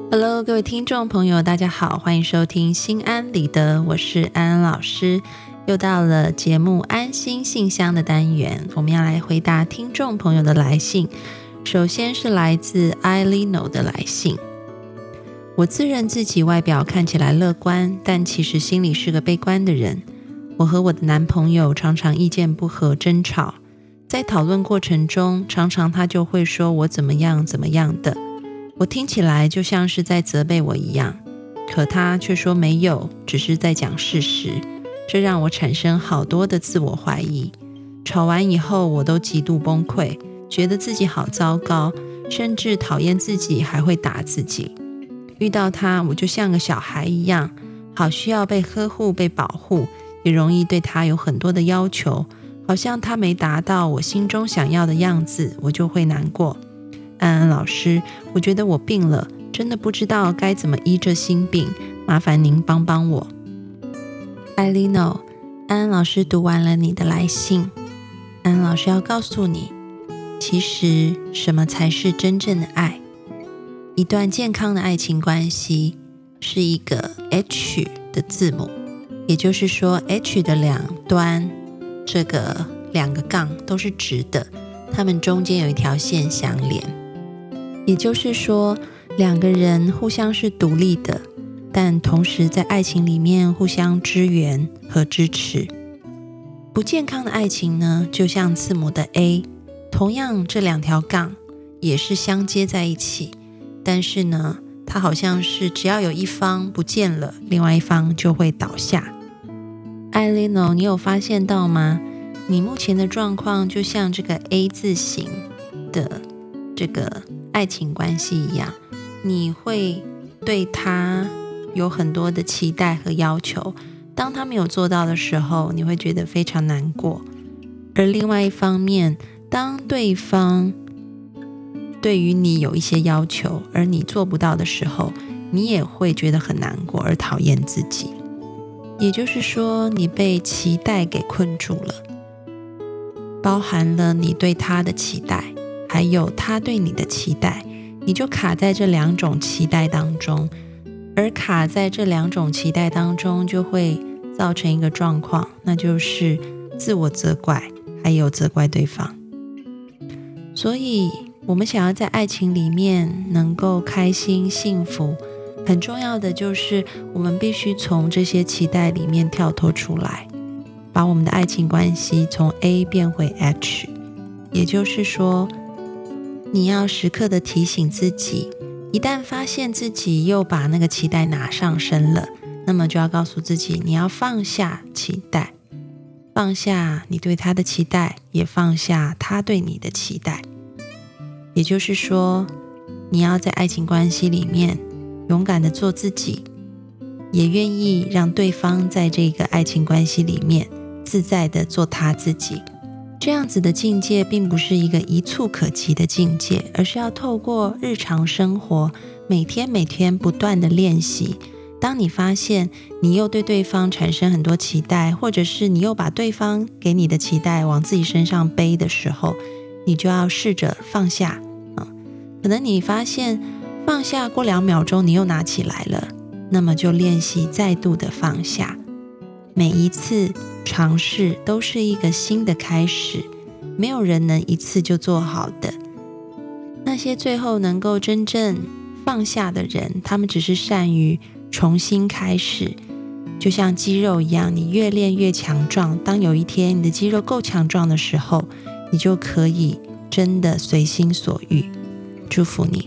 Hello， 各位听众朋友，大家好，欢迎收听心安理得，我是安安老师。又到了节目安心信箱的单元，我们要来回答听众朋友的来信。首先是来自 Ailino 的来信。我自认自己外表看起来乐观，但其实心里是个悲观的人。我和我的男朋友常常意见不合，争吵。在讨论过程中，常常他就会说我怎么样怎么样的，我听起来就像是在责备我一样，可他却说没有，只是在讲事实。这让我产生好多的自我怀疑。吵完以后，我都极度崩溃，觉得自己好糟糕，甚至讨厌自己，还会打自己。遇到他，我就像个小孩一样，好需要被呵护、被保护，也容易对他有很多的要求，好像他没达到我心中想要的样子，我就会难过。安安老师，我觉得我病了，真的不知道该怎么医这心病，麻烦您帮帮我。Ailino， 安安老师读完了你的来信，安安老师要告诉你，其实什么才是真正的爱？一段健康的爱情关系是一个 H 的字母，也就是说 H 的两端，这个两个杠都是直的，它们中间有一条线相连。也就是说，两个人互相是独立的，但同时在爱情里面互相支援和支持。不健康的爱情呢，就像字母的 A， 同样这两条杠也是相接在一起，但是呢，它好像是只要有一方不见了，另外一方就会倒下。Ailino， 你有发现到吗？你目前的状况就像这个 A 字形的这个爱情关系一样，你会对他有很多的期待和要求，当他没有做到的时候，你会觉得非常难过。而另外一方面，当对方对于你有一些要求，而你做不到的时候，你也会觉得很难过，而讨厌自己。也就是说，你被期待给困住了，包含了你对他的期待，还有他对你的期待，你就卡在这两种期待当中，而卡在这两种期待当中，就会造成一个状况，那就是自我责怪，还有责怪对方。所以我们想要在爱情里面能够开心幸福，很重要的就是我们必须从这些期待里面跳脱出来，把我们的爱情关系从 A 变回 H。 也就是说，你要时刻的提醒自己，一旦发现自己又把那个期待拿上身了，那么就要告诉自己，你要放下期待，放下你对他的期待，也放下他对你的期待。也就是说，你要在爱情关系里面勇敢的做自己，也愿意让对方在这个爱情关系里面自在的做他自己。这样子的境界并不是一个一蹴可及的境界，而是要透过日常生活每天不断的练习。当你发现你又对对方产生很多期待，或者是你又把对方给你的期待往自己身上背的时候，你就要试着放下。可能你发现放下过2秒钟你又拿起来了，那么就练习再度的放下。每一次尝试都是一个新的开始，没有人能一次就做好的。那些最后能够真正放下的人，他们只是善于重新开始。就像肌肉一样，你越练越强壮，当有一天你的肌肉够强壮的时候，你就可以真的随心所欲。祝福你。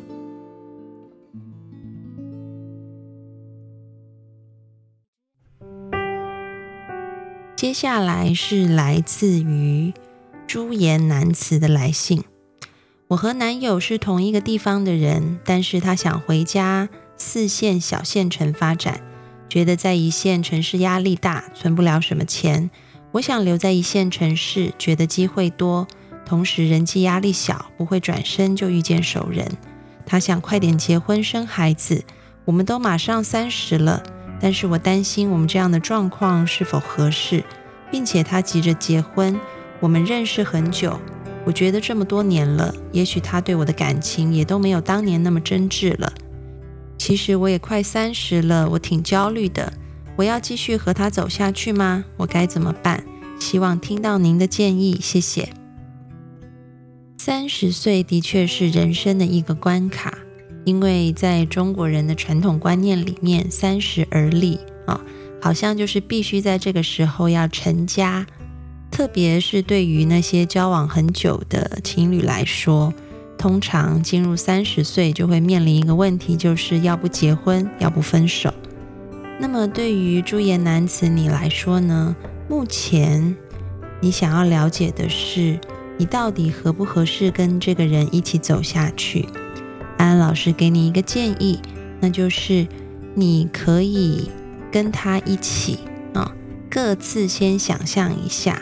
接下来是来自于朱颜南慈的来信。我和男友是同一个地方的人，但是他想回家4线小县城发展，觉得在1线城市压力大，存不了什么钱。我想留在1线城市，觉得机会多，同时人际压力小，不会转身就遇见熟人。他想快点结婚生孩子，我们都马上30了，但是我担心我们这样的状况是否合适，并且他急着结婚，我们认识很久，我觉得这么多年了，也许他对我的感情也都没有当年那么真挚了。 其实我也快30了，我挺焦虑的，我要继续和他走下去吗？我该怎么办？希望听到您的建议，谢谢。30岁的确是人生的一个关卡，因为在中国人的传统观念里面，30而立好像就是必须在这个时候要成家，特别是对于那些交往很久的情侣来说，通常进入30岁就会面临一个问题，就是要不结婚，要不分手。那么对于朱颜男子你来说呢，目前你想要了解的是，你到底合不合适跟这个人一起走下去？安安老师给你一个建议，那就是你可以跟他一起各自先想象一下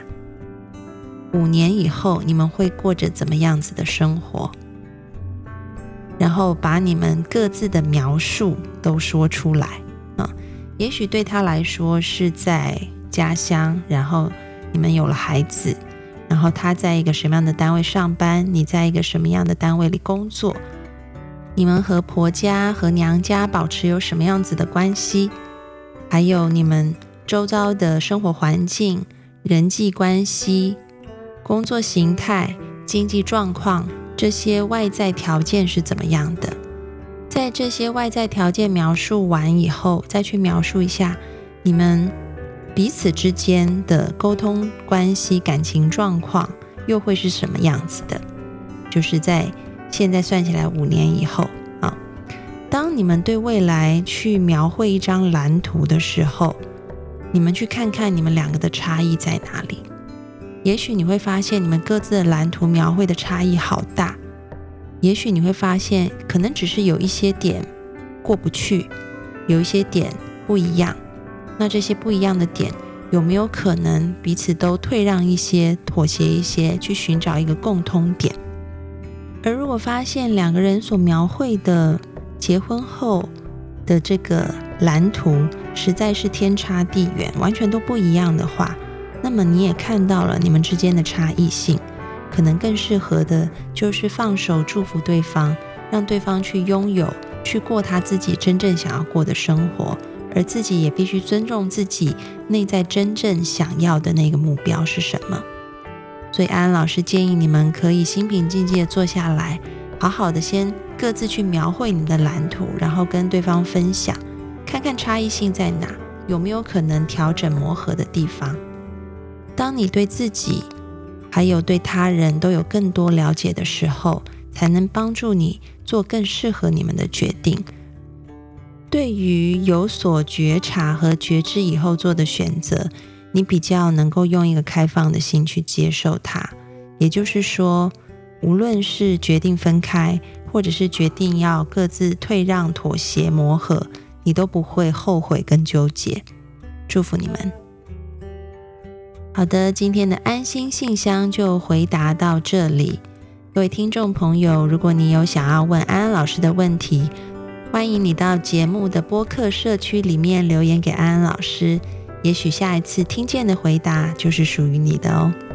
5年以后你们会过着怎么样子的生活，然后把你们各自的描述都说出来也许对他来说是在家乡，然后你们有了孩子，然后他在一个什么样的单位上班，你在一个什么样的单位里工作，你们和婆家和娘家保持有什么样子的关系，还有你们周遭的生活环境、人际关系、工作形态、经济状况，这些外在条件是怎么样的。在这些外在条件描述完以后，再去描述一下你们彼此之间的沟通关系、感情状况又会是什么样子的，就是在现在算起来5年以后当你们对未来去描绘一张蓝图的时候，你们去看看你们2个的差异在哪里。也许你会发现你们各自的蓝图描绘的差异好大，也许你会发现可能只是有一些点过不去，有一些点不一样，那这些不一样的点有没有可能彼此都退让一些，妥协一些，去寻找一个共通点。而如果发现2个人所描绘的结婚后的这个蓝图实在是天差地远，完全都不一样的话，那么你也看到了你们之间的差异性，可能更适合的就是放手祝福对方，让对方去拥有，去过他自己真正想要过的生活，而自己也必须尊重自己内在真正想要的那个目标是什么。所以安安老师建议你们可以心平静静的坐下来，好好的先各自去描绘你们的蓝图，然后跟对方分享，看看差异性在哪，有没有可能调整磨合的地方。当你对自己还有对他人都有更多了解的时候，才能帮助你做更适合你们的决定。对于有所觉察和觉知以后做的选择，你比较能够用一个开放的心去接受它。也就是说，无论是决定分开，或者是决定要各自退让、妥协、磨合，你都不会后悔跟纠结。祝福你们。好的，今天的安心信箱就回答到这里。各位听众朋友，如果你有想要问安安老师的问题，欢迎你到节目的播客社区里面留言给安安老师，也许下一次听见的回答就是属于你的哦。